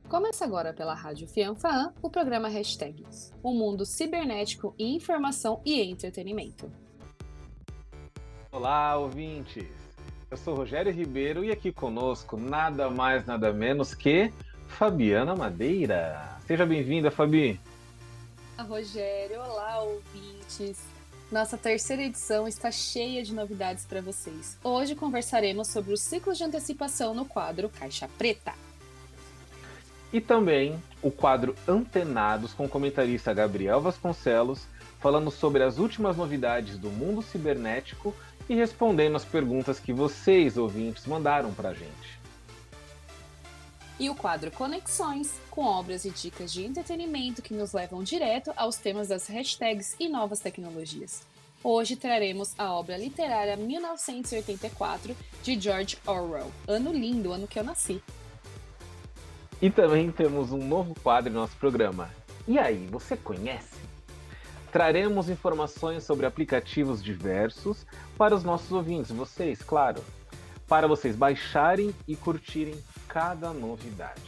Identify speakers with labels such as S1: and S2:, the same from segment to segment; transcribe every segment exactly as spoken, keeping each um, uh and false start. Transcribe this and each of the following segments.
S1: Começa agora pela Rádio Fianfaan o programa Hashtag, o mundo cibernético e informação e entretenimento.
S2: Olá, ouvintes! Eu sou Rogério Ribeiro e aqui conosco nada mais, nada menos que Fabiana Madeira. Seja bem-vinda, Fabi!
S1: Olá, Rogério! Olá, ouvintes! Nossa terceira edição está cheia de novidades para vocês. Hoje conversaremos sobre os ciclos de antecipação no quadro Caixa Preta.
S2: E também o quadro Antenados com o comentarista Gabriel Vasconcelos, falando sobre as últimas novidades do mundo cibernético e respondendo as perguntas que vocês, ouvintes, mandaram pra gente.
S1: E o quadro Conexões, com obras e dicas de entretenimento que nos levam direto aos temas das hashtags e novas tecnologias. Hoje traremos a obra literária mil novecentos e oitenta e quatro, de George Orwell. Ano lindo, ano que eu nasci.
S2: E também temos um novo quadro no nosso programa. E aí, você conhece? Traremos informações sobre aplicativos diversos para os nossos ouvintes, vocês, claro, para vocês baixarem e curtirem cada novidade.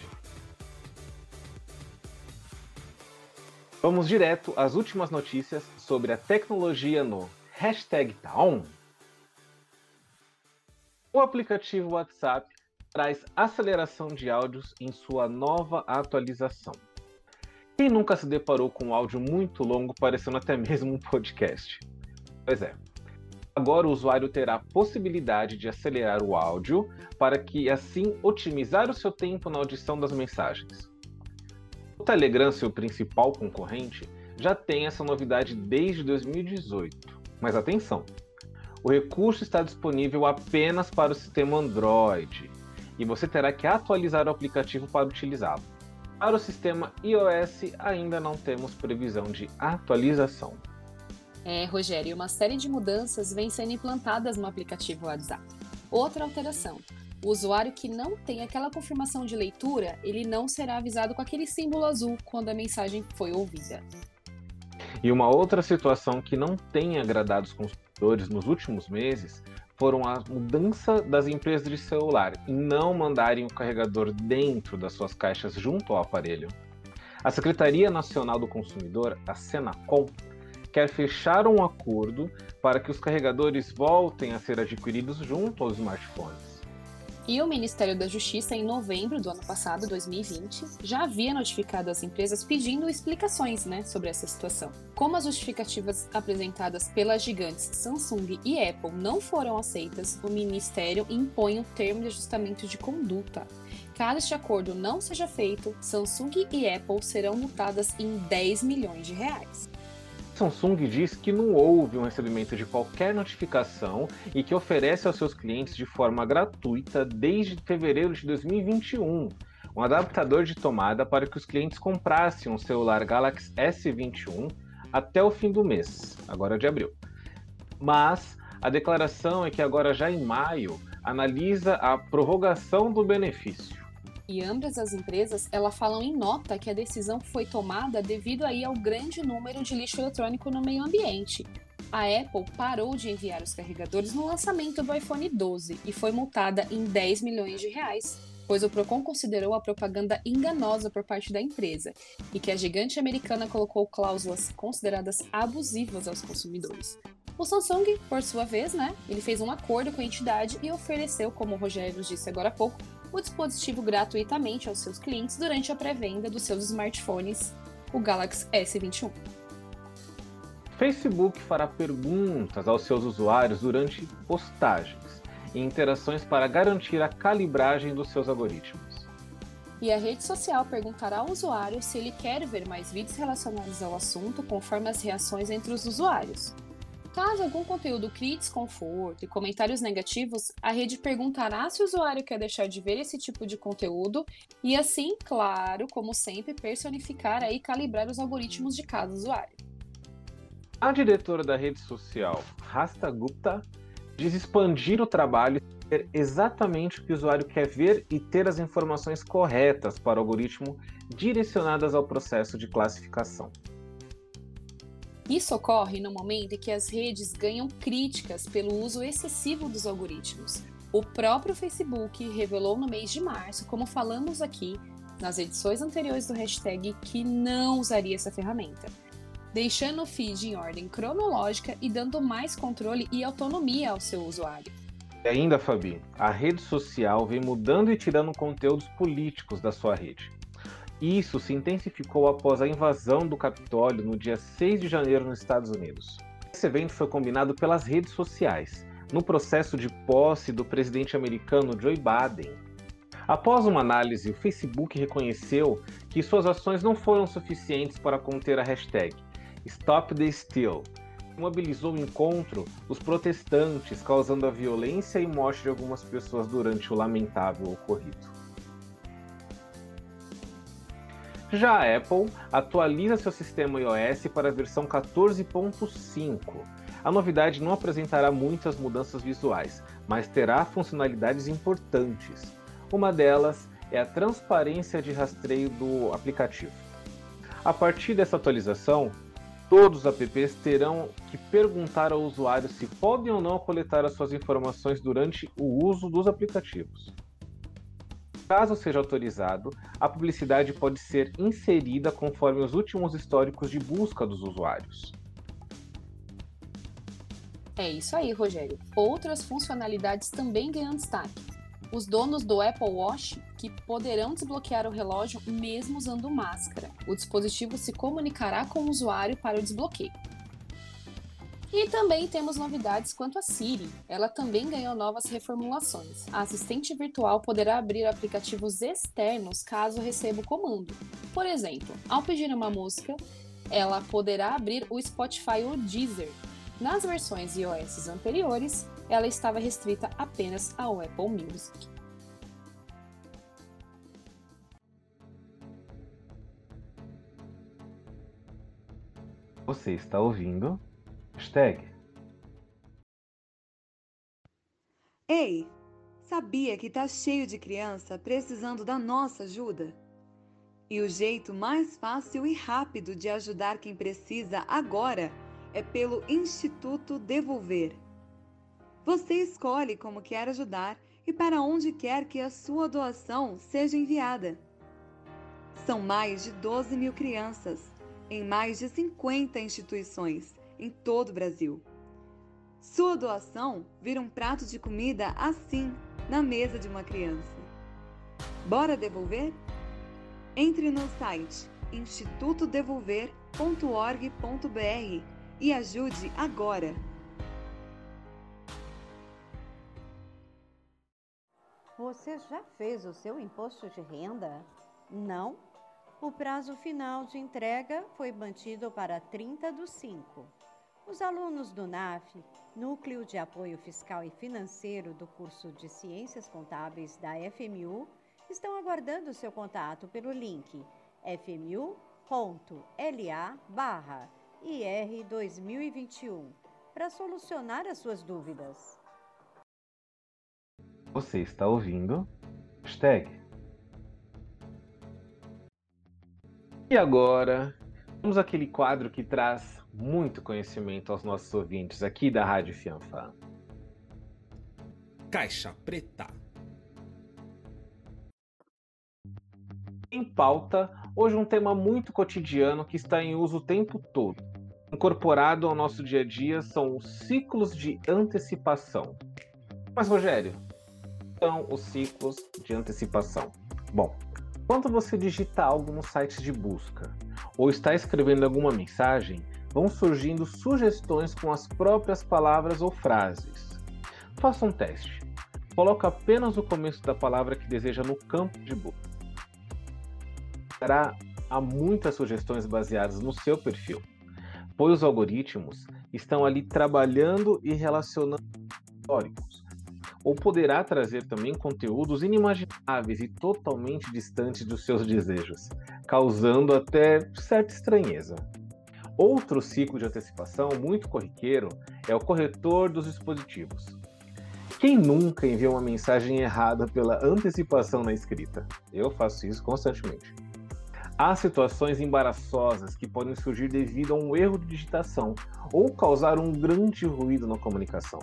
S2: Vamos direto às últimas notícias sobre a tecnologia no Hashtag Taon. O aplicativo WhatsApp traz aceleração de áudios em sua nova atualização. Quem nunca se deparou com um áudio muito longo, parecendo até mesmo um podcast? Pois é. Agora o usuário terá a possibilidade de acelerar o áudio para que, assim, otimizar o seu tempo na audição das mensagens. O Telegram, seu principal concorrente, já tem essa novidade desde dois mil e dezoito. Mas atenção! O recurso está disponível apenas para o sistema Android e você terá que atualizar o aplicativo para utilizá-lo. Para o sistema iOS, ainda não temos previsão de atualização.
S1: É, Rogério, uma série de mudanças vem sendo implantadas no aplicativo WhatsApp. Outra alteração: o usuário que não tem aquela confirmação de leitura, ele não será avisado com aquele símbolo azul quando a mensagem foi ouvida.
S2: E uma outra situação que não tem agradado os consumidores nos últimos meses foram a mudança das empresas de celular em não mandarem o carregador dentro das suas caixas junto ao aparelho. A Secretaria Nacional do Consumidor, a Senacom, quer fechar um acordo para que os carregadores voltem a ser adquiridos junto aos smartphones.
S1: E o Ministério da Justiça, em novembro do ano passado, dois mil e vinte, já havia notificado as empresas pedindo explicações, né, sobre essa situação. Como as justificativas apresentadas pelas gigantes Samsung e Apple não foram aceitas, o Ministério impõe um termo de ajustamento de conduta. Caso este acordo não seja feito, Samsung e Apple serão multadas em dez milhões de reais.
S2: Samsung diz que não houve um recebimento de qualquer notificação e que oferece aos seus clientes de forma gratuita desde fevereiro de dois mil e vinte e um um adaptador de tomada para que os clientes comprassem um celular Galaxy S vinte e um até o fim do mês, agora de abril. Mas a declaração é que agora já em maio analisa a prorrogação do benefício.
S1: E ambas as empresas, elas falam em nota que a decisão foi tomada devido aí ao grande número de lixo eletrônico no meio ambiente. A Apple parou de enviar os carregadores no lançamento do iPhone doze e foi multada em dez milhões de reais, pois o Procon considerou a propaganda enganosa por parte da empresa e que a gigante americana colocou cláusulas consideradas abusivas aos consumidores. O Samsung, por sua vez, né, ele fez um acordo com a entidade e ofereceu, como o Rogério nos disse agora há pouco, o dispositivo gratuitamente aos seus clientes durante a pré-venda dos seus smartphones, o Galaxy S vinte e um.
S2: Facebook fará perguntas aos seus usuários durante postagens e interações para garantir a calibragem dos seus algoritmos.
S1: E a rede social perguntará ao usuário se ele quer ver mais vídeos relacionados ao assunto conforme as reações entre os usuários. Caso algum conteúdo crie desconforto e comentários negativos, a rede perguntará se o usuário quer deixar de ver esse tipo de conteúdo e assim, claro, como sempre, personificar e calibrar os algoritmos de cada usuário.
S2: A diretora da rede social, Rasta Gupta, diz expandir o trabalho e saber exatamente o que o usuário quer ver e ter as informações corretas para o algoritmo direcionadas ao processo de classificação.
S1: Isso ocorre no momento em que as redes ganham críticas pelo uso excessivo dos algoritmos. O próprio Facebook revelou no mês de março, como falamos aqui, nas edições anteriores do hashtag que não usaria essa ferramenta, deixando o feed em ordem cronológica e dando mais controle e autonomia ao seu usuário.
S2: E ainda, Fabi, a rede social vem mudando e tirando conteúdos políticos da sua rede. Isso se intensificou após a invasão do Capitólio no dia seis de janeiro nos Estados Unidos. Esse evento foi combinado pelas redes sociais, no processo de posse do presidente americano Joe Biden. Após uma análise, o Facebook reconheceu que suas ações não foram suficientes para conter a hashtag Stop the Steal. Mobilizou o encontro dos protestantes, causando a violência e morte de algumas pessoas durante o lamentável ocorrido. Já a Apple atualiza seu sistema iOS para a versão quatorze ponto cinco. A novidade não apresentará muitas mudanças visuais, mas terá funcionalidades importantes. Uma delas é a transparência de rastreio do aplicativo. A partir dessa atualização, todos os apps terão que perguntar ao usuário se podem ou não coletar as suas informações durante o uso dos aplicativos. Caso seja autorizado, a publicidade pode ser inserida conforme os últimos históricos de busca dos usuários.
S1: É isso aí, Rogério. Outras funcionalidades também ganham destaque. Os donos do Apple Watch, que poderão desbloquear o relógio mesmo usando máscara. O dispositivo se comunicará com o usuário para o desbloqueio. E também temos novidades quanto a Siri. Ela também ganhou novas reformulações. A assistente virtual poderá abrir aplicativos externos caso receba o comando. Por exemplo, ao pedir uma música, ela poderá abrir o Spotify ou Deezer. Nas versões iOS anteriores, ela estava restrita apenas ao Apple Music.
S2: Você está ouvindo? Hashtag.
S3: Ei, sabia que tá cheio de criança precisando da nossa ajuda? E o jeito mais fácil e rápido de ajudar quem precisa agora é pelo Instituto Devolver. Você escolhe como quer ajudar e para onde quer que a sua doação seja enviada. São mais de doze mil crianças, em mais de cinquenta instituições, em todo o Brasil. Sua doação vira um prato de comida assim, na mesa de uma criança. Bora devolver? Entre no site instituto devolver ponto org ponto br e ajude agora!
S4: Você já fez o seu imposto de renda? Não? O prazo final de entrega foi mantido para trinta do cinco. Os alunos do N A F, Núcleo de Apoio Fiscal e Financeiro do curso de Ciências Contábeis da F M U, estão aguardando seu contato pelo link f m u ponto l a barra i r dois mil e vinte e um para solucionar as suas dúvidas.
S2: Você está ouvindo? Hashtag. E agora, vamos àquele quadro que traz muito conhecimento aos nossos ouvintes aqui da Rádio Fianfá.
S5: Caixa Preta.
S2: Em pauta, hoje um tema muito cotidiano que está em uso o tempo todo. Incorporado ao nosso dia a dia são os ciclos de antecipação. Mas, Rogério, são os ciclos de antecipação? Bom, quando você digita algo no site de busca ou está escrevendo alguma mensagem, vão surgindo sugestões com as próprias palavras ou frases. Faça um teste. Coloque apenas o começo da palavra que deseja no campo de busca. Terá há muitas sugestões baseadas no seu perfil, pois os algoritmos estão ali trabalhando e relacionando históricos, ou poderá trazer também conteúdos inimagináveis e totalmente distantes dos seus desejos, causando até certa estranheza. Outro ciclo de antecipação muito corriqueiro é o corretor dos dispositivos. Quem nunca enviou uma mensagem errada pela antecipação na escrita? Eu faço isso constantemente. Há situações embaraçosas que podem surgir devido a um erro de digitação ou causar um grande ruído na comunicação.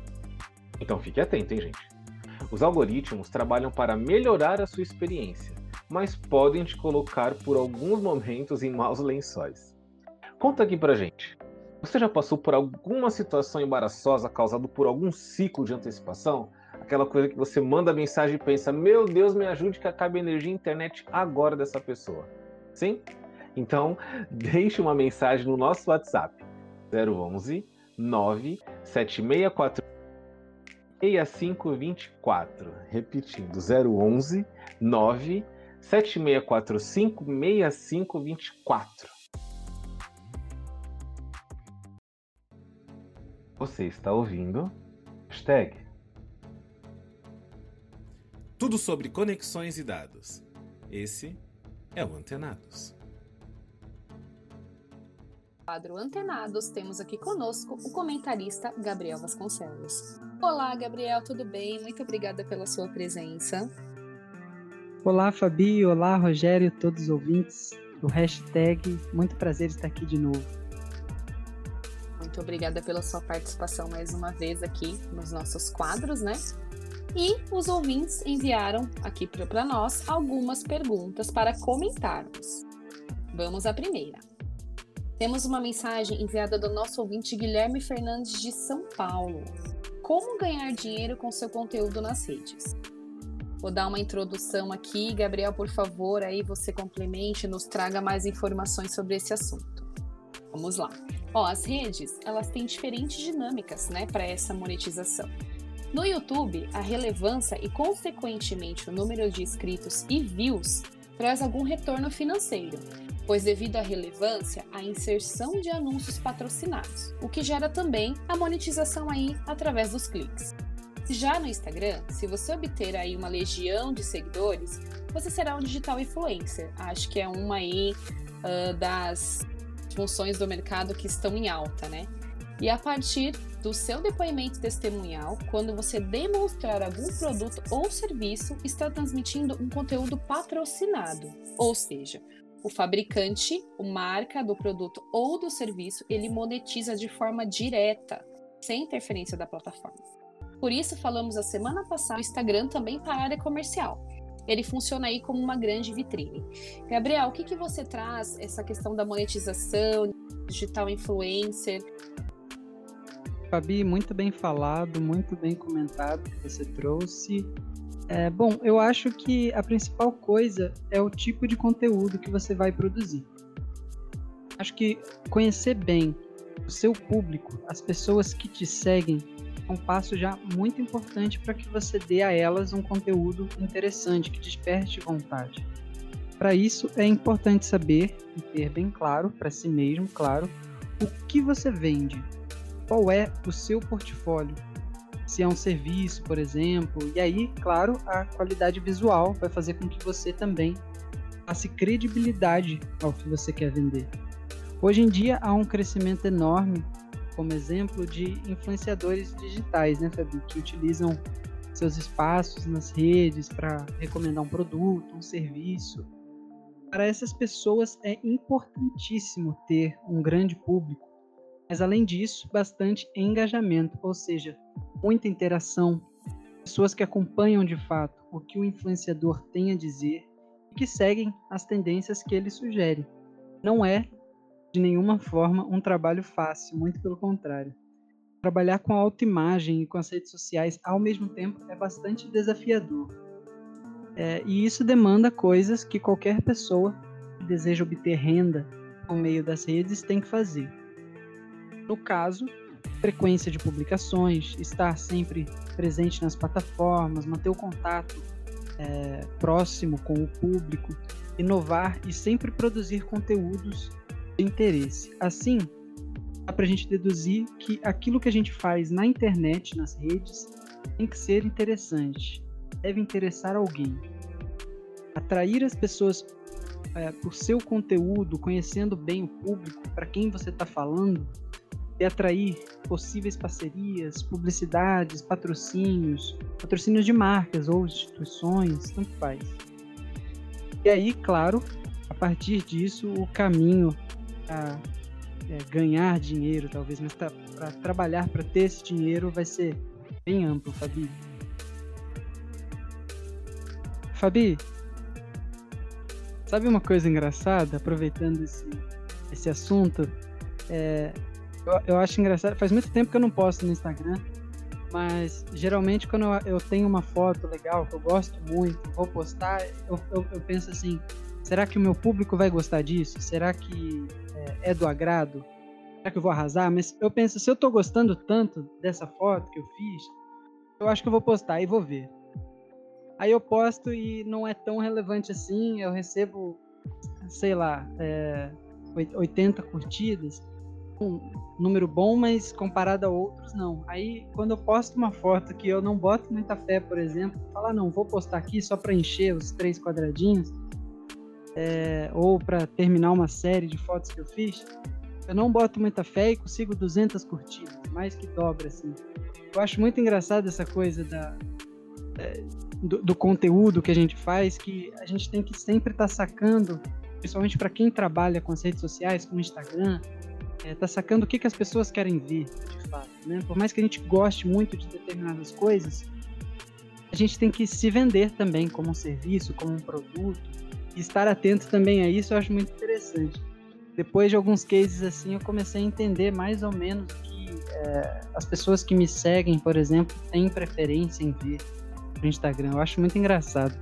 S2: Então fique atento, hein, gente? Os algoritmos trabalham para melhorar a sua experiência mas podem te colocar por alguns momentos em maus lençóis. Conta aqui pra gente. Você já passou por alguma situação embaraçosa causada por algum ciclo de antecipação? Aquela coisa que você manda mensagem e pensa, meu Deus, me ajude que acabe a energia e internet agora dessa pessoa. Sim? Então, deixe uma mensagem no nosso WhatsApp. zero onze, nove sete seis quatro, seis cinco dois quatro. Repetindo, zero onze, nove sete seis quatro cinco, seis cinco dois quatro. Você está ouvindo? Hashtag.
S5: Tudo sobre conexões e dados. Esse é o Antenados.
S1: No quadro Antenados, temos aqui conosco o comentarista Gabriel Vasconcelos. Olá, Gabriel, tudo bem? Muito obrigada pela sua presença.
S6: Olá, Fabi. Olá, Rogério, todos os ouvintes do Hashtag. Muito prazer estar aqui de novo.
S1: Muito obrigada pela sua participação mais uma vez aqui nos nossos quadros, né? E os ouvintes enviaram aqui para nós algumas perguntas para comentarmos. Vamos à primeira. Temos uma mensagem enviada do nosso ouvinte Guilherme Fernandes de São Paulo. Como ganhar dinheiro com seu conteúdo nas redes? Vou dar uma introdução aqui. Gabriel, por favor, aí você complemente e nos traga mais informações sobre esse assunto. Vamos lá. Ó, as redes, elas têm diferentes dinâmicas, né, para essa monetização. No YouTube, a relevância e, consequentemente, o número de inscritos e views traz algum retorno financeiro, pois devido à relevância, a inserção de anúncios patrocinados, o que gera também a monetização aí através dos cliques. Já no Instagram, se você obter aí uma legião de seguidores, você será um digital influencer. Acho que é uma aí uh, das funções do mercado que estão em alta, né? E a partir do seu depoimento testemunhal, quando você demonstrar algum produto ou serviço, está transmitindo um conteúdo patrocinado. Ou seja, o fabricante, a marca do produto ou do serviço, ele monetiza de forma direta, sem interferência da plataforma. Por isso, falamos a semana passada do Instagram também para a área comercial. Ele funciona aí como uma grande vitrine. Gabriel, o que, que você traz essa questão da monetização, digital influencer?
S6: Fabi, muito bem falado, muito bem comentado que você trouxe. É, bom, eu acho que a principal coisa é o tipo de conteúdo que você vai produzir. Acho que conhecer bem o seu público, as pessoas que te seguem, é um passo já muito importante para que você dê a elas um conteúdo interessante, que desperte vontade. Para isso, é importante saber e ter bem claro, para si mesmo, claro, o que você vende, qual é o seu portfólio, se é um serviço, por exemplo, e aí, claro, a qualidade visual vai fazer com que você também passe credibilidade ao que você quer vender. Hoje em dia, há um crescimento enorme, como exemplo, de influenciadores digitais, né, Fabi, que utilizam seus espaços nas redes para recomendar um produto, um serviço. Para essas pessoas é importantíssimo ter um grande público, mas além disso, bastante engajamento, ou seja, muita interação, pessoas que acompanham de fato o que o influenciador tem a dizer e que seguem as tendências que ele sugere. Não é de nenhuma forma um trabalho fácil, muito pelo contrário. Trabalhar com a autoimagem e com as redes sociais ao mesmo tempo é bastante desafiador. É, e isso demanda coisas que qualquer pessoa que deseja obter renda por meio das redes tem que fazer. No caso, frequência de publicações, estar sempre presente nas plataformas, manter o contato é, próximo com o público, inovar e sempre produzir conteúdos de interesse. Assim, dá para a gente deduzir que aquilo que a gente faz na internet, nas redes, tem que ser interessante, deve interessar alguém. Atrair as pessoas é, por seu conteúdo, conhecendo bem o público, para quem você está falando, e atrair possíveis parcerias, publicidades, patrocínios, patrocínios de marcas ou instituições, tanto faz. E aí, claro, a partir disso, o caminho para é, ganhar dinheiro, talvez, mas para trabalhar para ter esse dinheiro vai ser bem amplo, Fabi. Fabi, Sabe uma coisa engraçada, aproveitando esse, esse assunto? É, eu, eu acho engraçado, faz muito tempo que eu não posto no Instagram, mas geralmente quando eu, eu tenho uma foto legal, que eu gosto muito, vou postar, eu, eu, eu penso assim, será que o meu público vai gostar disso? Será que é, é do agrado? Será que eu vou arrasar? Mas eu penso, se eu tô gostando tanto dessa foto que eu fiz, eu acho que eu vou postar e vou ver. Aí eu posto e não é tão relevante assim, eu recebo, sei lá, é, oitenta curtidas, um número bom, mas comparado a outros, não. Aí, quando eu posto uma foto que eu não boto muita fé, por exemplo, falar, não, vou postar aqui só para encher os três quadradinhos, é, ou para terminar uma série de fotos que eu fiz, eu não boto muita fé e consigo duzentas curtidas, mais que dobra, assim. Eu acho muito engraçado essa coisa da... É, Do, do conteúdo que a gente faz, que a gente tem que sempre estar tá sacando, principalmente para quem trabalha com as redes sociais, com o Instagram, é, tá sacando o que, que as pessoas querem ver, de fato, né? Por mais que a gente goste muito de determinadas coisas, a gente tem que se vender também como um serviço, como um produto, e estar atento também a isso eu acho muito interessante. Depois de alguns cases assim, eu comecei a entender mais ou menos que é, as pessoas que me seguem, por exemplo, têm preferência em ver no Instagram. Eu acho muito engraçado.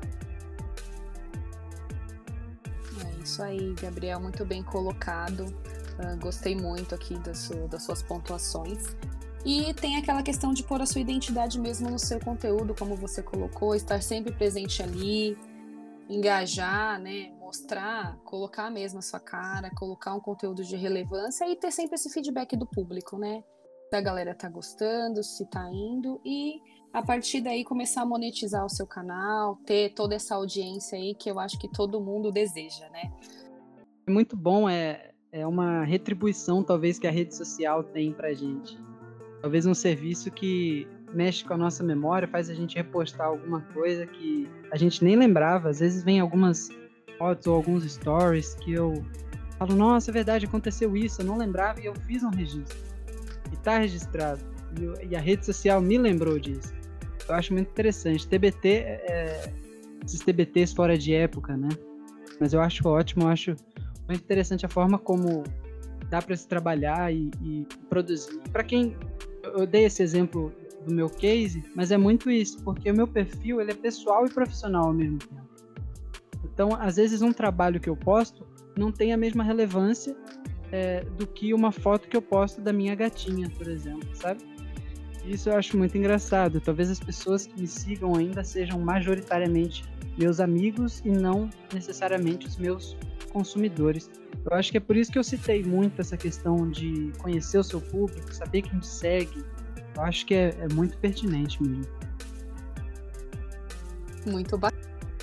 S1: É isso aí, Gabriel, muito bem colocado. Uh, gostei muito aqui das, su- das suas pontuações. E tem aquela questão de pôr a sua identidade mesmo no seu conteúdo, como você colocou, estar sempre presente ali, engajar, né, mostrar, colocar mesmo a sua cara, colocar um conteúdo de relevância e ter sempre esse feedback do público, né? Se a galera tá gostando, se tá indo, e a partir daí começar a monetizar o seu canal, ter toda essa audiência aí que eu acho que todo mundo deseja, né?
S6: É muito bom, é, é uma retribuição talvez que a rede social tem pra gente. Talvez um serviço que mexe com a nossa memória, faz a gente repostar alguma coisa que a gente nem lembrava. Às vezes vem algumas fotos ou alguns stories que eu falo, nossa, é verdade, aconteceu isso, eu não lembrava e eu fiz um registro. E tá registrado. E, eu, e a rede social me lembrou disso. Eu acho muito interessante. T B T, é, esses T B Ts fora de época, né? Mas eu acho ótimo, eu acho muito interessante a forma como dá para se trabalhar e, e produzir. Para quem... Eu dei esse exemplo do meu case, mas é muito isso, porque o meu perfil ele é pessoal e profissional ao mesmo tempo. Então, às vezes, um trabalho que eu posto não tem a mesma relevância é, do que uma foto que eu posto da minha gatinha, por exemplo, sabe? Isso eu acho muito engraçado. Talvez as pessoas que me sigam ainda sejam majoritariamente meus amigos e não necessariamente os meus consumidores. Eu acho que é por isso que eu citei muito essa questão de conhecer o seu público, saber quem te segue. Eu acho que é, é muito pertinente mesmo.
S1: Muito bacana.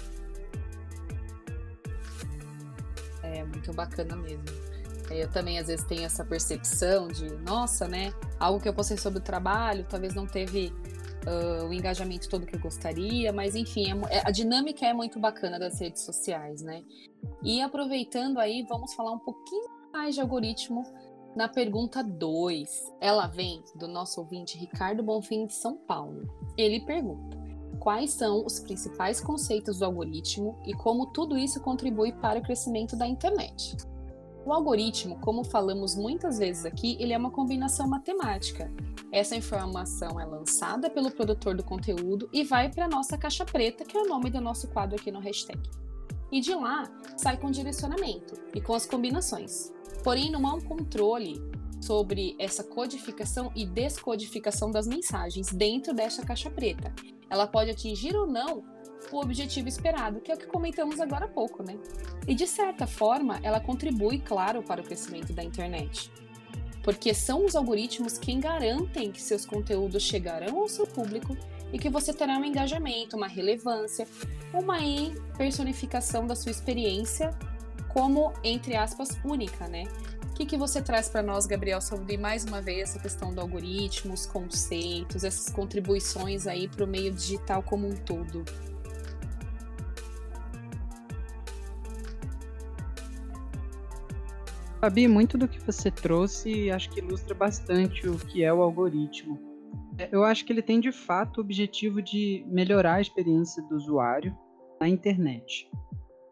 S1: É muito bacana mesmo. Eu também às vezes tenho essa percepção de, nossa, né, algo que eu postei sobre o trabalho, talvez não teve uh, o engajamento todo que eu gostaria, mas enfim, é, a dinâmica é muito bacana das redes sociais, né? E aproveitando aí, vamos falar um pouquinho mais de algoritmo na pergunta dois. Ela vem do nosso ouvinte Ricardo Bonfim de São Paulo. Ele pergunta: quais são os principais conceitos do algoritmo e como tudo isso contribui para o crescimento da internet? O algoritmo, como falamos muitas vezes aqui, ele é uma combinação matemática. Essa informação é lançada pelo produtor do conteúdo e vai para a nossa caixa preta, que é o nome do nosso quadro aqui no hashtag. E de lá, sai com direcionamento e com as combinações. Porém, não há um controle sobre essa codificação e descodificação das mensagens dentro dessa caixa preta. Ela pode atingir ou não o objetivo esperado, que é o que comentamos agora há pouco, né? E de certa forma, ela contribui, claro, para o crescimento da internet. Porque são os algoritmos quem garantem que seus conteúdos chegarão ao seu público e que você terá um engajamento, uma relevância, uma personificação da sua experiência como, entre aspas, única, né? O que, que você traz para nós, Gabriel, sobre, mais uma vez, essa questão do algoritmo, os conceitos, essas contribuições aí para o meio digital como um todo?
S6: Fabi, muito do que você trouxe acho que ilustra bastante o que é o algoritmo. Eu acho que ele tem de fato o objetivo de melhorar a experiência do usuário na internet.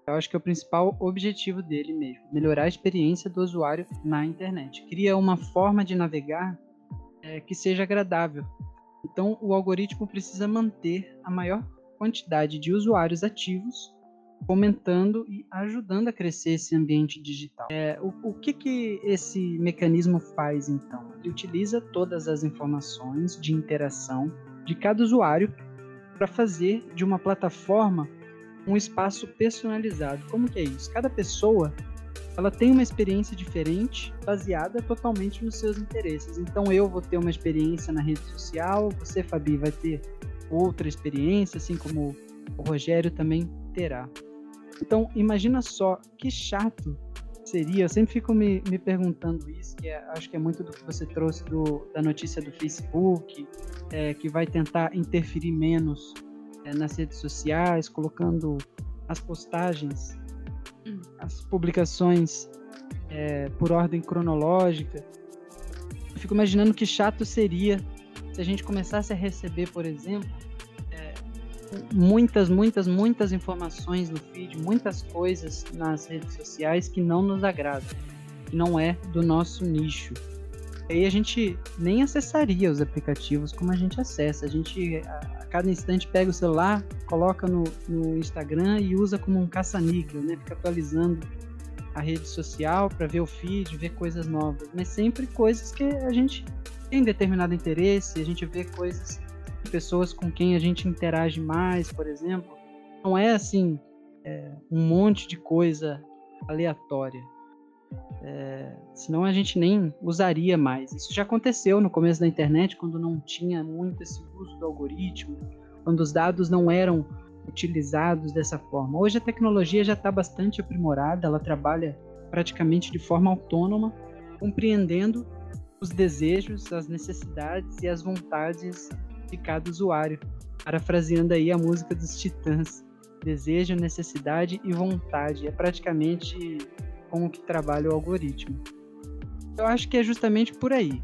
S6: Eu acho que é o principal objetivo dele mesmo, melhorar a experiência do usuário na internet. Cria uma forma de navegar é, que seja agradável. Então, o algoritmo precisa manter a maior quantidade de usuários ativos, fomentando e ajudando a crescer esse ambiente digital. É, o, o que, que esse mecanismo faz, então? Ele utiliza todas as informações de interação de cada usuário para fazer de uma plataforma um espaço personalizado. Como que é isso? Cada pessoa ela tem uma experiência diferente, baseada totalmente nos seus interesses. Então eu vou ter uma experiência na rede social, você, Fabi, vai ter outra experiência, assim como o Rogério também terá. Então imagina só que chato seria, eu sempre fico me, me perguntando isso, que é, acho que é muito do que você trouxe do, da notícia do Facebook, é, que vai tentar interferir menos é, nas redes sociais, colocando as postagens, as publicações é, por ordem cronológica. Eu fico imaginando que chato seria se a gente começasse a receber, por exemplo, é, muitas, muitas, muitas informações no feed, muitas coisas nas redes sociais que não nos agradam, que não é do nosso nicho. Aí a gente nem acessaria os aplicativos como a gente acessa. A gente, a cada instante, pega o celular, coloca no, no Instagram e usa como um caça-níquel, né? Fica atualizando a rede social para ver o feed, ver coisas novas. Mas sempre coisas que a gente tem determinado interesse, a gente vê coisas de pessoas com quem a gente interage mais, por exemplo. Não é assim, é, um monte de coisa aleatória. É, senão a gente nem usaria mais. Isso já aconteceu no começo da internet, quando não tinha muito esse uso do algoritmo, quando os dados não eram utilizados dessa forma. Hoje a tecnologia já está bastante aprimorada, ela trabalha praticamente de forma autônoma, compreendendo os desejos, as necessidades e as vontades de cada usuário. Parafraseando aí a música dos Titãs, desejo, necessidade e vontade. É praticamente como que trabalha o algoritmo. Eu acho que é justamente por aí.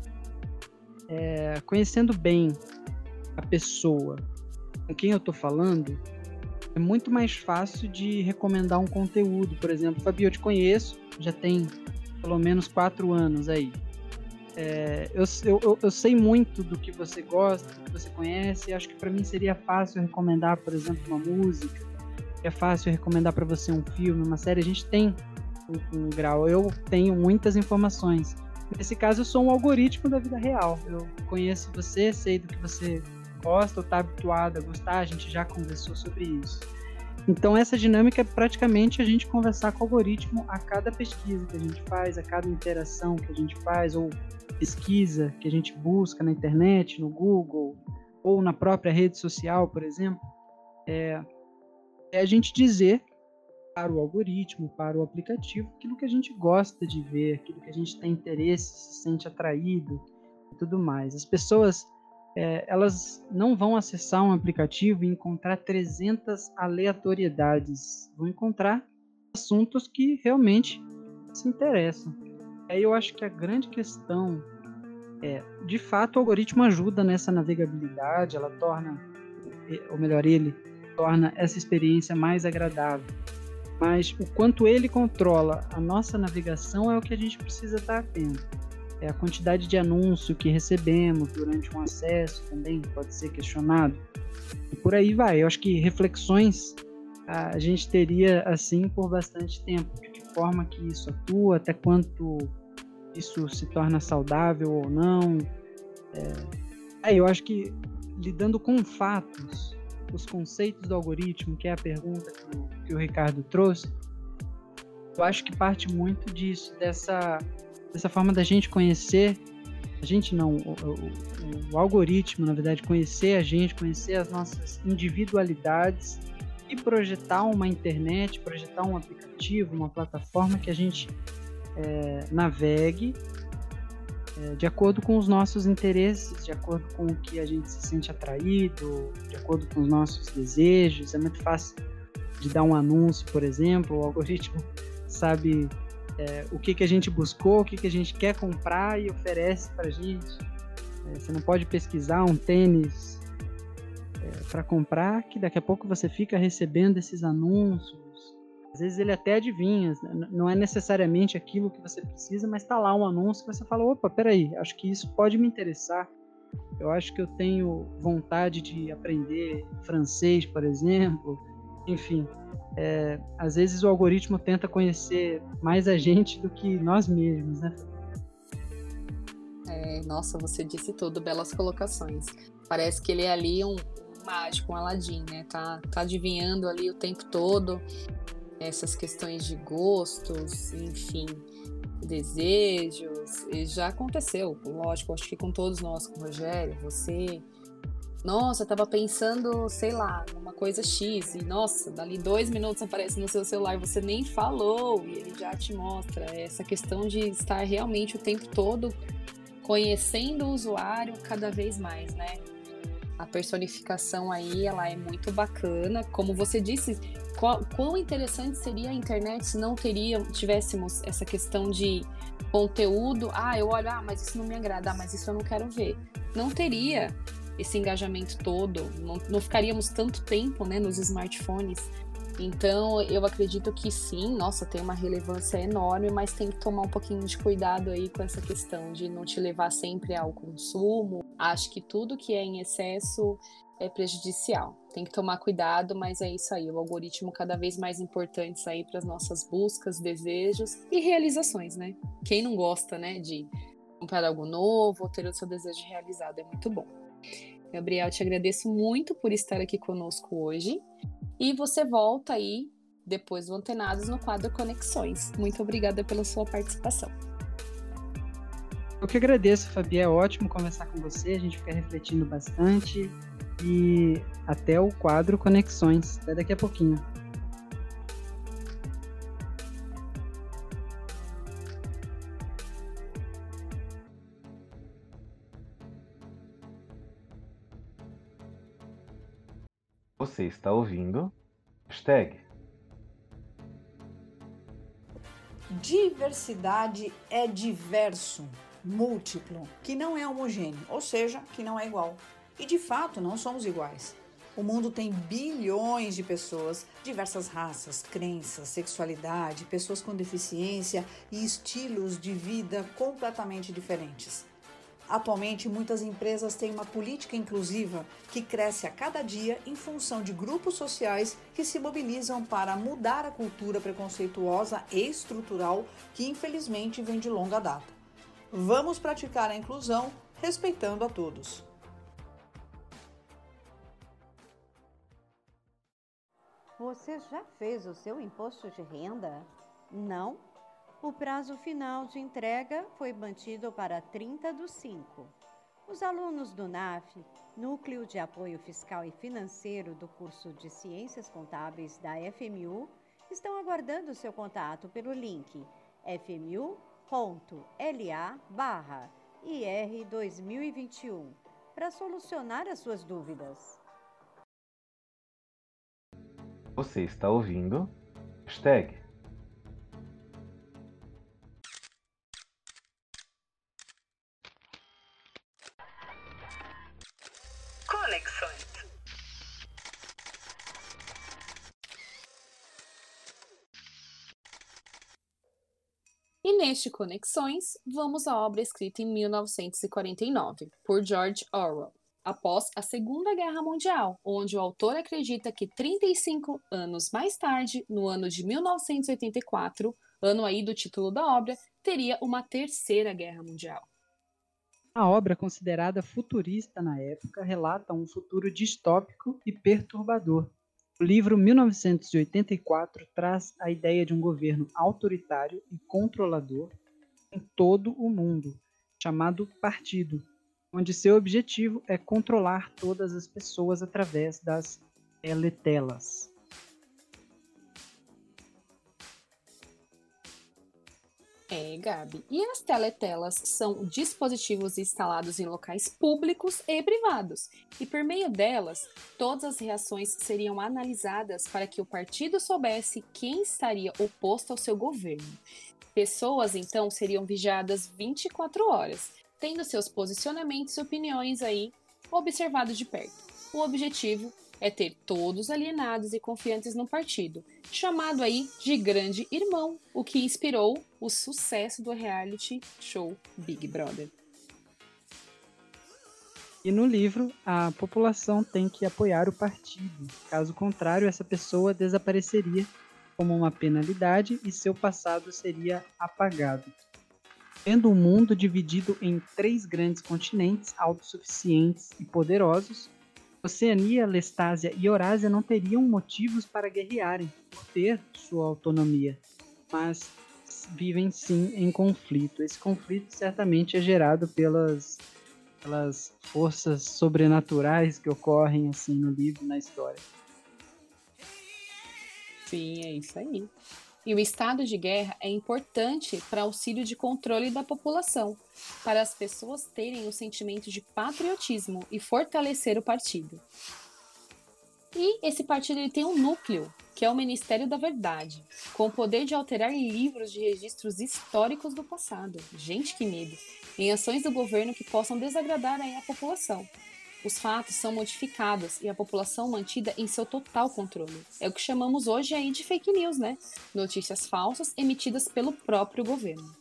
S6: É, conhecendo bem a pessoa com quem eu estou falando, é muito mais fácil de recomendar um conteúdo. Por exemplo, Fabi, eu te conheço, já tem pelo menos quatro anos aí. É, eu, eu, eu sei muito do que você gosta, do que você conhece, e acho que para mim seria fácil recomendar, por exemplo, uma música, é fácil recomendar para você um filme, uma série. A gente tem um, um grau, eu tenho muitas informações. Nesse caso, eu sou um algoritmo da vida real. Eu conheço você, sei do que você gosta ou está habituado a gostar, a gente já conversou sobre isso. Então, essa dinâmica é praticamente a gente conversar com o algoritmo a cada pesquisa que a gente faz, a cada interação que a gente faz, ou pesquisa que a gente busca na internet, no Google, ou na própria rede social, por exemplo. É, é a gente dizer para o algoritmo, para o aplicativo, aquilo que a gente gosta de ver, aquilo que a gente tem interesse, se sente atraído e tudo mais. As pessoas, é, elas não vão acessar um aplicativo e encontrar trezentas aleatoriedades. Vão encontrar assuntos que realmente se interessam. Aí eu acho que a grande questão é, de fato, o algoritmo ajuda nessa navegabilidade, ela torna, ou melhor, ele torna essa experiência mais agradável. Mas o quanto ele controla a nossa navegação é o que a gente precisa estar atento. É a quantidade de anúncio que recebemos durante um acesso também pode ser questionado. E por aí vai. Eu acho que reflexões a gente teria assim por bastante tempo. De que forma que isso atua, até quanto isso se torna saudável ou não. É... Aí eu acho que lidando com fatos, os conceitos do algoritmo, que é a pergunta que o, que o Ricardo trouxe, eu acho que parte muito disso, dessa, dessa forma da gente conhecer, a gente não, o, o, o algoritmo, na verdade, conhecer a gente, conhecer as nossas individualidades e projetar uma internet, projetar um aplicativo, uma plataforma que a gente é, navegue é, de acordo com os nossos interesses, de acordo com o que a gente se sente atraído, de acordo com os nossos desejos. É muito fácil de dar um anúncio, por exemplo, o algoritmo sabe é, o que, que a gente buscou, o que, que a gente quer comprar e oferece para a gente. É, você não pode pesquisar um tênis é, para comprar, que daqui a pouco você fica recebendo esses anúncios Às vezes ele até adivinha, não é necessariamente aquilo que você precisa, mas está lá um anúncio que você fala, opa, peraí, acho que isso pode me interessar. Eu acho que eu tenho vontade de aprender francês, por exemplo. Enfim, é, às vezes o algoritmo tenta conhecer mais a gente do que nós mesmos, né?
S1: É, nossa, você disse tudo, belas colocações. Parece que ele é ali um mágico, um Aladim, né? Tá, tá adivinhando ali o tempo todo essas questões de gostos, enfim, desejos. E já aconteceu, lógico, acho que com todos nós, com o Rogério, você... Nossa, eu tava pensando, sei lá, numa coisa X, e nossa, dali dois minutos aparece no seu celular, você nem falou, e ele já te mostra. Essa questão de estar realmente o tempo todo conhecendo o usuário cada vez mais, né? A personificação aí, ela é muito bacana. Como você disse, qual, quão interessante seria a internet se não teria, tivéssemos essa questão de conteúdo. Ah, eu olho, ah, mas isso não me agrada, ah, mas isso eu não quero ver. Não teria esse engajamento todo, não, não ficaríamos tanto tempo, né, nos smartphones. Então, eu acredito que sim, nossa, tem uma relevância enorme, mas tem que tomar um pouquinho de cuidado aí com essa questão de não te levar sempre ao consumo. Acho que tudo que é em excesso é prejudicial. Tem que tomar cuidado, mas é isso aí, o algoritmo cada vez mais importante aí para as nossas buscas, desejos e realizações, né? Quem não gosta, né, de comprar algo novo ou ter o seu desejo realizado, é muito bom. Gabriel, te agradeço muito por estar aqui conosco hoje. E você volta aí, depois do Antenados, no quadro Conexões. Muito obrigada pela sua participação.
S6: Eu que agradeço, Fabi. É ótimo conversar com você. A gente fica refletindo bastante. E até o quadro Conexões. Até daqui a pouquinho.
S2: Você está ouvindo? Hashtag.
S7: Diversidade é diverso, múltiplo, que não é homogêneo, ou seja, que não é igual. E de fato não somos iguais. O mundo tem bilhões de pessoas, diversas raças, crenças, sexualidade, pessoas com deficiência e estilos de vida completamente diferentes. Atualmente, muitas empresas têm uma política inclusiva que cresce a cada dia em função de grupos sociais que se mobilizam para mudar a cultura preconceituosa e estrutural que, infelizmente, vem de longa data. Vamos praticar a inclusão respeitando a todos.
S4: Você já fez o seu imposto de renda? Não? O prazo final de entrega foi mantido para trinta do cinco. Os alunos do N A F, Núcleo de Apoio Fiscal e Financeiro do curso de Ciências Contábeis da F M U, estão aguardando seu contato pelo link f m u ponto l a barra i r dois mil e vinte e um para solucionar as suas dúvidas.
S2: Você está ouvindo? Hashtag.
S1: Conexões. E neste Conexões, vamos à obra escrita em mil novecentos e quarenta e nove, por George Orwell, após a Segunda Guerra Mundial, onde o autor acredita que trinta e cinco anos mais tarde, no ano de mil novecentos e oitenta e quatro, ano aí do título da obra, teria uma terceira guerra mundial.
S6: A obra, considerada futurista na época, relata um futuro distópico e perturbador. O livro mil novecentos e oitenta e quatro traz a ideia de um governo autoritário e controlador em todo o mundo, chamado Partido, onde seu objetivo é controlar todas as pessoas através das teletelas.
S1: É, Gabi. E as teletelas são dispositivos instalados em locais públicos e privados. E por meio delas, todas as reações seriam analisadas para que o partido soubesse quem estaria oposto ao seu governo. Pessoas, então, seriam vigiadas vinte e quatro horas, tendo seus posicionamentos e opiniões aí observados de perto. O objetivo é ter todos alienados e confiantes no partido, chamado aí de Grande Irmão, o que inspirou o sucesso do reality show Big Brother.
S6: E no livro, a população tem que apoiar o partido. Caso contrário, essa pessoa desapareceria como uma penalidade e seu passado seria apagado. Tendo o mundo dividido em três grandes continentes autossuficientes e poderosos, Oceania, Lestásia e Eurásia não teriam motivos para guerrearem por ter sua autonomia, mas vivem sim em conflito. Esse conflito certamente é gerado pelas, pelas forças sobrenaturais que ocorrem assim no livro, na história.
S1: Sim, é isso aí. E o estado de guerra é importante para auxílio de controle da população, para as pessoas terem o sentimento de patriotismo e fortalecer o partido. E esse partido ele tem um núcleo, que é o Ministério da Verdade, com o poder de alterar livros de registros históricos do passado. Gente, que medo! Em ações do governo que possam desagradar aí a população. Os fatos são modificados e a população mantida em seu total controle. É o que chamamos hoje aí de fake news, né? Notícias falsas emitidas pelo próprio governo.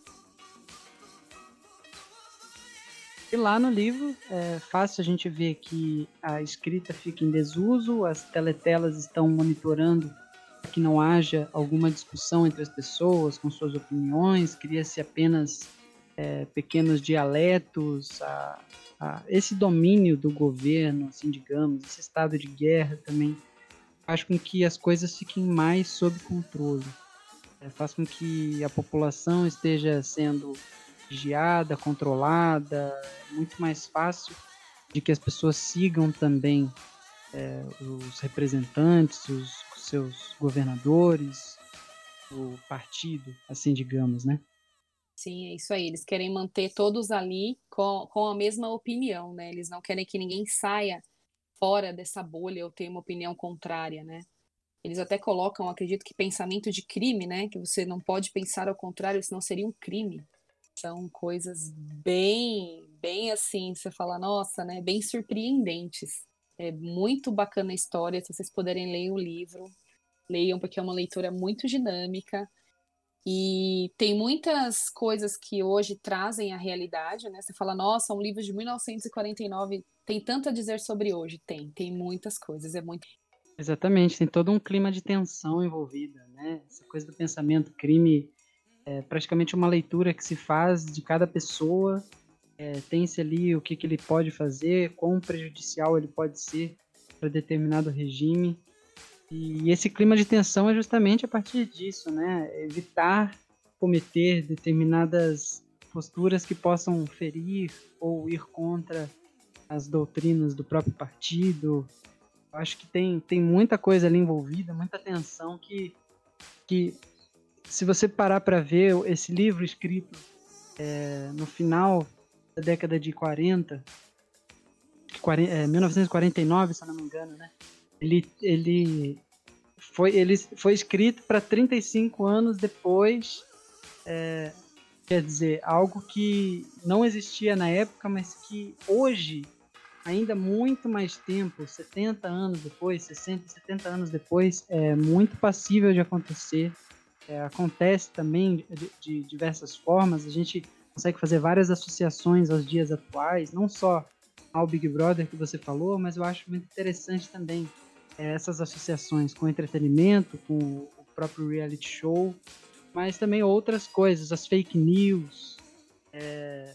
S6: E lá no livro é fácil a gente ver que a escrita fica em desuso, as teletelas estão monitorando para que não haja alguma discussão entre as pessoas com suas opiniões, cria-se apenas é, pequenos dialetos, a, a, esse domínio do governo, assim, digamos, esse estado de guerra também faz com que as coisas fiquem mais sob controle, é, faz com que a população esteja sendo vigiada, controlada, é muito mais fácil de que as pessoas sigam também é, os representantes, os, os seus governadores, o partido, assim digamos, né?
S1: Sim, é isso aí. Eles querem manter todos ali com, com a mesma opinião, né? Eles não querem que ninguém saia fora dessa bolha ou tenha uma opinião contrária, né? Eles até colocam, acredito que pensamento de crime, né? Que você não pode pensar ao contrário, senão seria um crime. São coisas bem, bem assim, você fala, nossa, né? Bem surpreendentes. É muito bacana a história, se vocês puderem ler o livro, leiam, porque é uma leitura muito dinâmica. E tem muitas coisas que hoje trazem a realidade, né? Você fala, nossa, um livro de mil novecentos e quarenta e nove tem tanto a dizer sobre hoje. Tem, tem muitas coisas, é muito...
S6: Exatamente, tem todo um clima de tensão envolvida, né? Essa coisa do pensamento crime é praticamente uma leitura que se faz de cada pessoa, é, tem-se ali o que, que ele pode fazer, quão prejudicial ele pode ser para determinado regime. E esse clima de tensão é justamente a partir disso, né? Evitar cometer determinadas posturas que possam ferir ou ir contra as doutrinas do próprio partido. Eu acho que tem, tem muita coisa ali envolvida, muita tensão que, que se você parar para ver esse livro escrito é, no final da década de quarenta, quarenta é, mil novecentos e quarenta e nove, se eu não me engano, né? Ele, ele, foi, ele foi escrito para trinta e cinco anos depois, é, quer dizer, algo que não existia na época, mas que hoje, ainda muito mais tempo, setenta anos depois, sessenta, setenta anos depois, é muito passível de acontecer. É, acontece também de, de diversas formas, a gente consegue fazer várias associações aos dias atuais, não só ao Big Brother que você falou, mas eu acho muito interessante também é, essas associações com entretenimento, com o próprio reality show, mas também outras coisas, as fake news, é,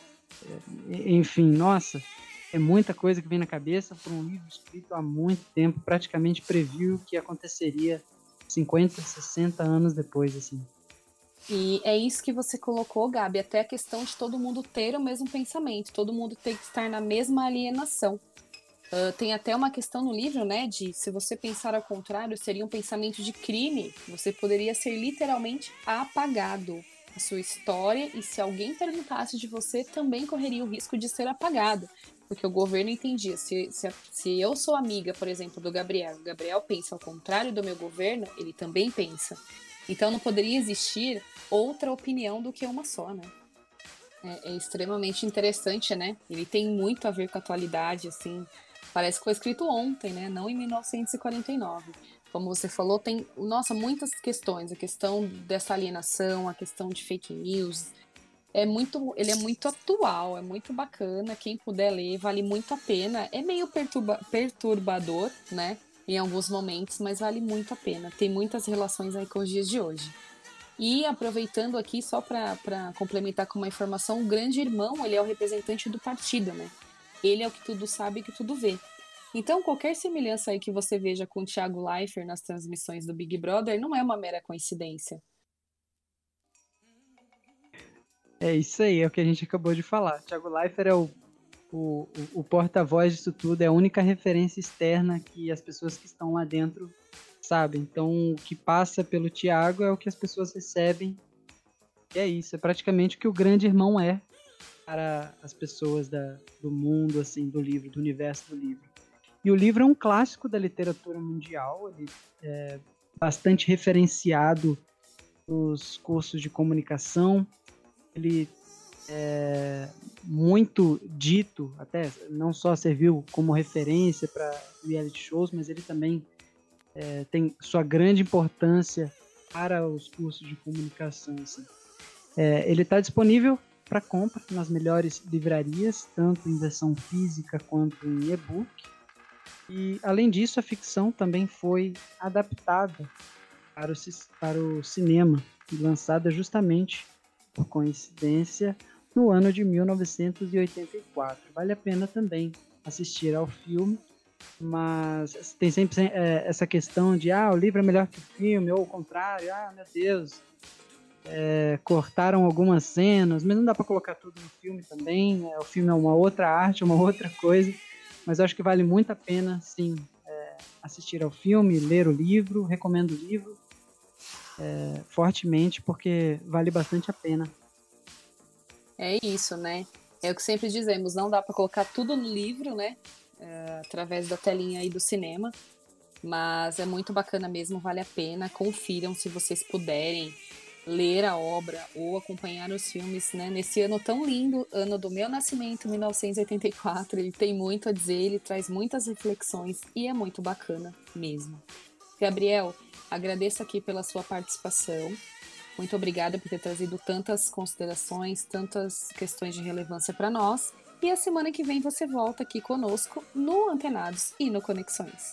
S6: é, enfim, nossa, é muita coisa que vem na cabeça por um livro escrito há muito tempo, praticamente previu o que aconteceria cinquenta, sessenta anos depois, assim.
S1: E é isso que você colocou, Gabi, até a questão de todo mundo ter o mesmo pensamento, todo mundo ter que estar na mesma alienação. Uh, tem até uma questão no livro, né, de se você pensar ao contrário, seria um pensamento de crime, você poderia ser literalmente apagado. A sua história, e se alguém perguntasse de você, também correria o risco de ser apagado. Porque o governo entendia, se, se, se eu sou amiga, por exemplo, do Gabriel, o Gabriel pensa ao contrário do meu governo, ele também pensa. Então não poderia existir outra opinião do que uma só, né? É, é extremamente interessante, né? Ele tem muito a ver com a atualidade, assim. Parece que foi escrito ontem, né? Não em mil novecentos e quarenta e nove. Como você falou, tem, nossa, muitas questões. A questão dessa alienação, a questão de fake news. É muito, ele é muito atual, é muito bacana. Quem puder ler, vale muito a pena. É meio perturba, perturbador, né? Em alguns momentos, mas vale muito a pena. Tem muitas relações aí com os dias de hoje. E aproveitando aqui, só para complementar com uma informação, o grande irmão, ele é o representante do partido, né? Ele é o que tudo sabe e que tudo vê. Então, qualquer semelhança aí que você veja com o Thiago Leifert nas transmissões do Big Brother não é uma mera coincidência.
S6: É isso aí, é o que a gente acabou de falar. Thiago Leifert é o, o, o porta-voz disso tudo, é a única referência externa que as pessoas que estão lá dentro sabem. Então, o que passa pelo Thiago é o que as pessoas recebem. E é isso, é praticamente o que o grande irmão é para as pessoas da, do mundo, assim, do livro, do universo do livro. E o livro é um clássico da literatura mundial, ele é bastante referenciado nos cursos de comunicação, ele é muito dito, até não só serviu como referência para reality shows, mas ele também é, tem sua grande importância para os cursos de comunicação. Assim. É, ele está disponível para compra nas melhores livrarias, tanto em versão física quanto em e-book. E, além disso, a ficção também foi adaptada para o, para o cinema e lançada justamente, por coincidência, no ano de mil novecentos e oitenta e quatro. Vale a pena também assistir ao filme, mas tem sempre é, essa questão de ah, o livro é melhor que o filme, ou o contrário, ah, meu Deus, é, cortaram algumas cenas, mas não dá para colocar tudo no filme também, né? O filme é uma outra arte, uma outra coisa, mas eu acho que vale muito a pena, sim, é, assistir ao filme, ler o livro, recomendo o livro é, fortemente, porque vale bastante a pena.
S1: É isso, né? É o que sempre dizemos, não dá para colocar tudo no livro, né? É, através da telinha aí do cinema, mas é muito bacana mesmo, vale a pena, confiram se vocês puderem ler a obra ou acompanhar os filmes, né? Nesse ano tão lindo, ano do meu nascimento, mil novecentos e oitenta e quatro, ele tem muito a dizer, ele traz muitas reflexões e é muito bacana mesmo. Gabriel, agradeço aqui pela sua participação. Muito obrigada por ter trazido tantas considerações, tantas questões de relevância para nós. E a semana que vem você volta aqui conosco no Antenados e no Conexões.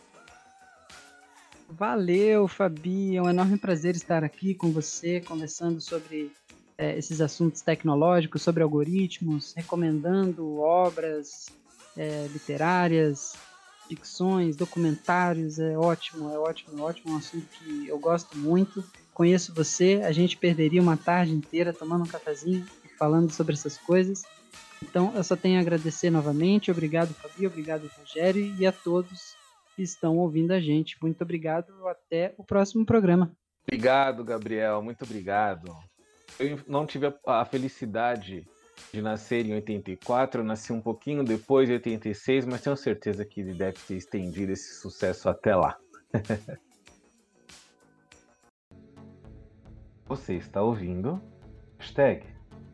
S6: Valeu, Fabi. É um enorme prazer estar aqui com você, conversando sobre é, esses assuntos tecnológicos, sobre algoritmos, recomendando obras é, literárias, ficções, documentários. É ótimo, é ótimo, é ótimo. É um assunto que eu gosto muito. Conheço você, a gente perderia uma tarde inteira tomando um cafezinho e falando sobre essas coisas. Então, eu só tenho a agradecer novamente. Obrigado, Fabi, obrigado, Rogério, e a todos que estão ouvindo a gente. Muito obrigado, até o próximo programa.
S2: Obrigado, Gabriel, muito obrigado. Eu não tive a, a felicidade de nascer em oitenta e quatro, eu nasci um pouquinho depois de oitenta e seis, mas tenho certeza que ele deve ter estendido esse sucesso até lá. Você está ouvindo? Hashtag.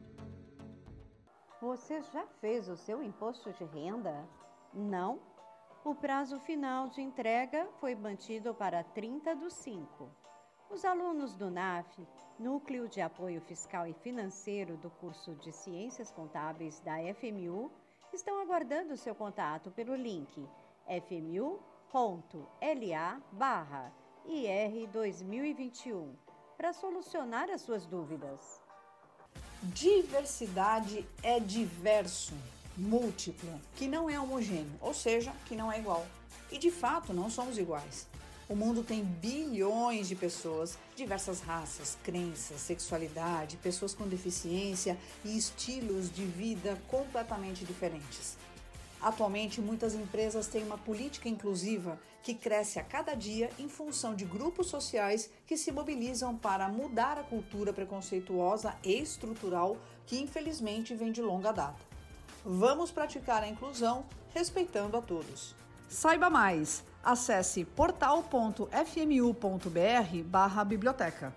S4: Você já fez o seu imposto de renda? Não? O prazo final de entrega foi mantido para trinta do cinco. Os alunos do N A F, Núcleo de Apoio Fiscal e Financeiro do curso de Ciências Contábeis da F M U, estão aguardando seu contato pelo link f m u ponto l a barra i r dois mil e vinte e um para solucionar as suas dúvidas.
S7: Diversidade é diverso, múltiplo, que não é homogêneo, ou seja, que não é igual. E de fato não somos iguais. O mundo tem bilhões de pessoas, diversas raças, crenças, sexualidade, pessoas com deficiência e estilos de vida completamente diferentes. Atualmente, muitas empresas têm uma política inclusiva que cresce a cada dia em função de grupos sociais que se mobilizam para mudar a cultura preconceituosa e estrutural que infelizmente vem de longa data. Vamos praticar a inclusão respeitando a todos. Saiba mais! Acesse portal ponto f m u ponto b r barra biblioteca.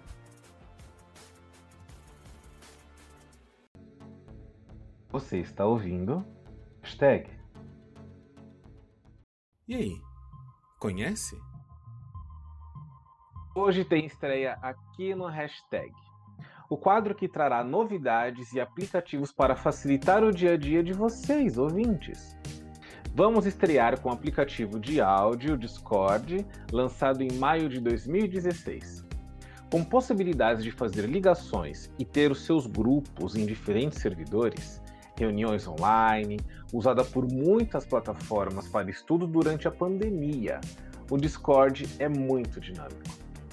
S2: Você está ouvindo? Hashtag.
S5: E aí, conhece?
S2: Hoje tem estreia aqui no Hashtag, o quadro que trará novidades e aplicativos para facilitar o dia a dia de vocês, ouvintes. Vamos estrear com o aplicativo de áudio Discord, lançado em maio de dois mil e dezesseis. Com possibilidades de fazer ligações e ter os seus grupos em diferentes servidores, reuniões online, usada por muitas plataformas para estudo durante a pandemia, o Discord é muito dinâmico.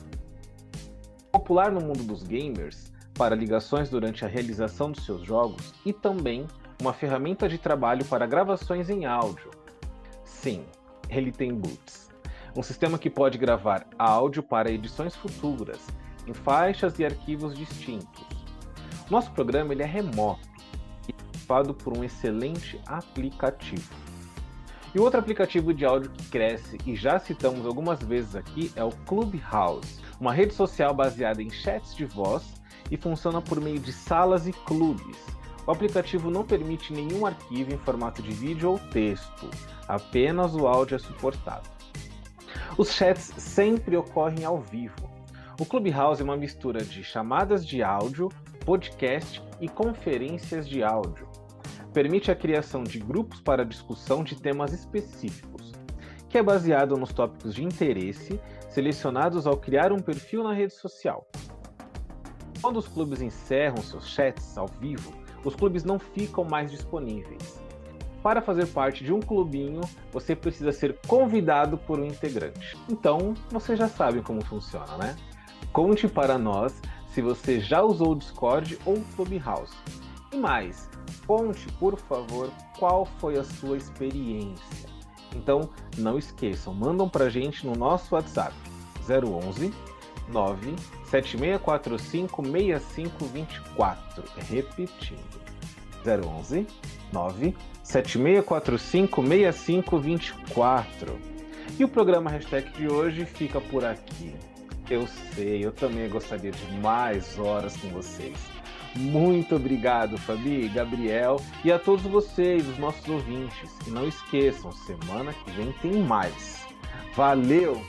S2: Popular no mundo dos gamers, para ligações durante a realização dos seus jogos e também uma ferramenta de trabalho para gravações em áudio. Sim, ele tem boots, um sistema que pode gravar áudio para edições futuras, em faixas e arquivos distintos. Nosso programa ele é remoto e equipado por um excelente aplicativo. E outro aplicativo de áudio que cresce e já citamos algumas vezes aqui é o Clubhouse, uma rede social baseada em chats de voz e funciona por meio de salas e clubes. O aplicativo não permite nenhum arquivo em formato de vídeo ou texto, apenas o áudio é suportado. Os chats sempre ocorrem ao vivo. O Clubhouse é uma mistura de chamadas de áudio, podcast e conferências de áudio. Permite a criação de grupos para discussão de temas específicos, que é baseado nos tópicos de interesse selecionados ao criar um perfil na rede social. Quando os clubes encerram seus chats ao vivo, os clubes não ficam mais disponíveis. Para fazer parte de um clubinho, você precisa ser convidado por um integrante. Então, você já sabe como funciona, né? Conte para nós se você já usou o Discord ou o Clubhouse. E mais, conte, por favor, qual foi a sua experiência. Então, não esqueçam, mandam pra gente no nosso WhatsApp zero onze, nove sete seis quatro cinco, seis cinco dois quatro. Repetindo, zero onze, nove sete seis quatro cinco, seis cinco dois quatro. E o programa Hashtag de hoje fica por aqui. Eu sei, eu também gostaria de mais horas com vocês. Muito obrigado, Fabi, Gabriel e a todos vocês, os nossos ouvintes. E não esqueçam, semana que vem tem mais. Valeu!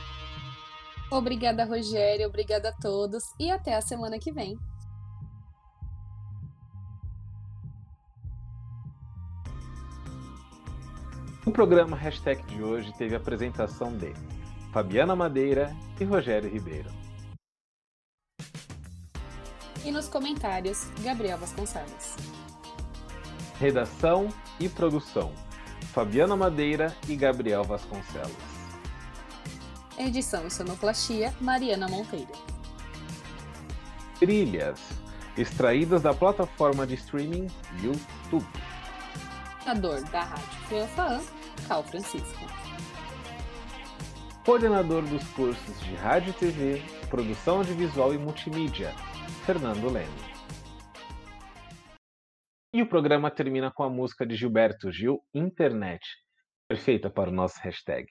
S1: Obrigada, Rogério, obrigada a todos e até a semana que vem.
S2: O programa Hashtag de hoje teve a apresentação de Fabiana Madeira e Rogério Ribeiro.
S1: E nos comentários, Gabriel Vasconcelos.
S2: Redação e produção, Fabiana Madeira e Gabriel Vasconcelos.
S1: Edição e sonoplastia, Mariana Monteiro.
S2: Trilhas, extraídas da plataforma de streaming YouTube.
S1: Coordenador da Rádio Feanfaan, Cal Francisco.
S2: Coordenador dos cursos de Rádio e T V, Produção Audiovisual e Multimídia, Fernando Leme. E o programa termina com a música de Gilberto Gil, Internet, perfeita para o nosso hashtag.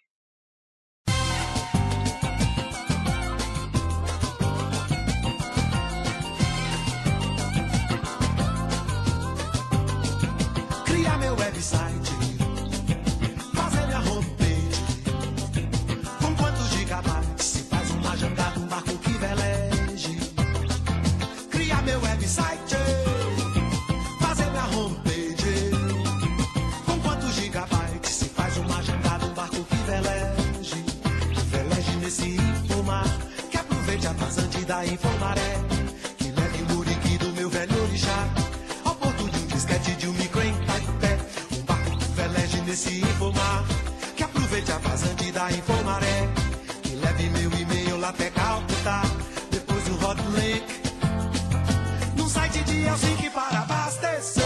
S8: Criar meu website, fazer minha homepage. Com quantos gigabytes se faz uma jangada, um barco que veleje. Criar meu website, fazer minha homepage. Com quantos gigabytes se faz uma jangada, um barco que veleje. Veleje nesse infomar, que aproveite a vazante da Infomaré. Que leve no líquido meu velho orixá, ao porto de um disquete de um micro em Taipé. Um barco que veleje nesse infomar, que aproveite a vazante da Infomaré. Que leve meu e-mail lá até Calcutá, depois o hot link num site de Helsinki para abastecer.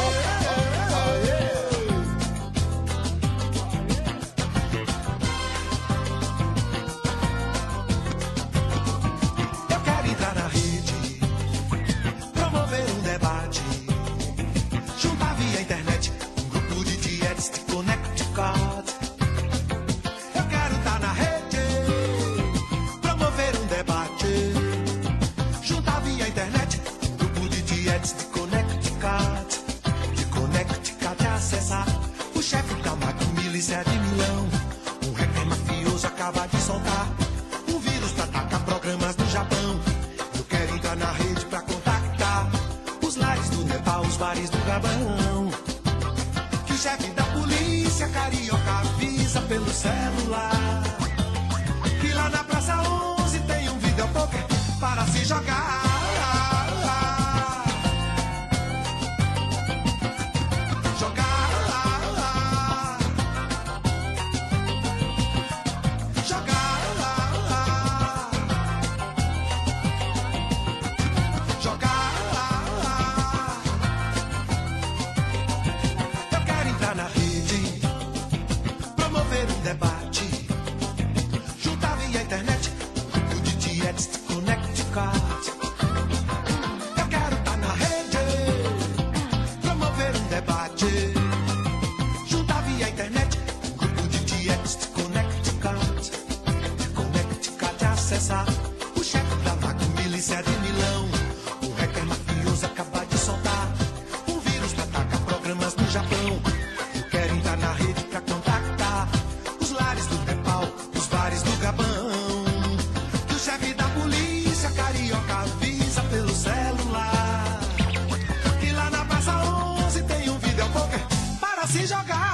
S8: Eu quero entrar na rede, promover um debate, juntar via internet um grupo de dietes de Connecticut. Eu quero estar na rede, promover um debate, juntar via internet um grupo de dietes de Connecticut. De Connecticut acessar o chefe da Macmillan, milícia de Milão, um bares do Gabão. Que o chefe da polícia carioca avisa pelo celular que lá na Praça onze tem um videopoker para se jogar. O chefe da macro milícia de Milão, o hacker mafioso acaba de soltar um vírus que ataca programas no Japão. Eu quero entrar na rede pra contactar os lares do Nepal, os bares do Gabão. Que o chefe da polícia carioca avisa pelo celular que lá na Praça onze tem um videopoker para se jogar.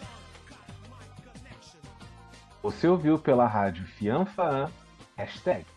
S2: Você ouviu pela rádio Fianfaan, hashtag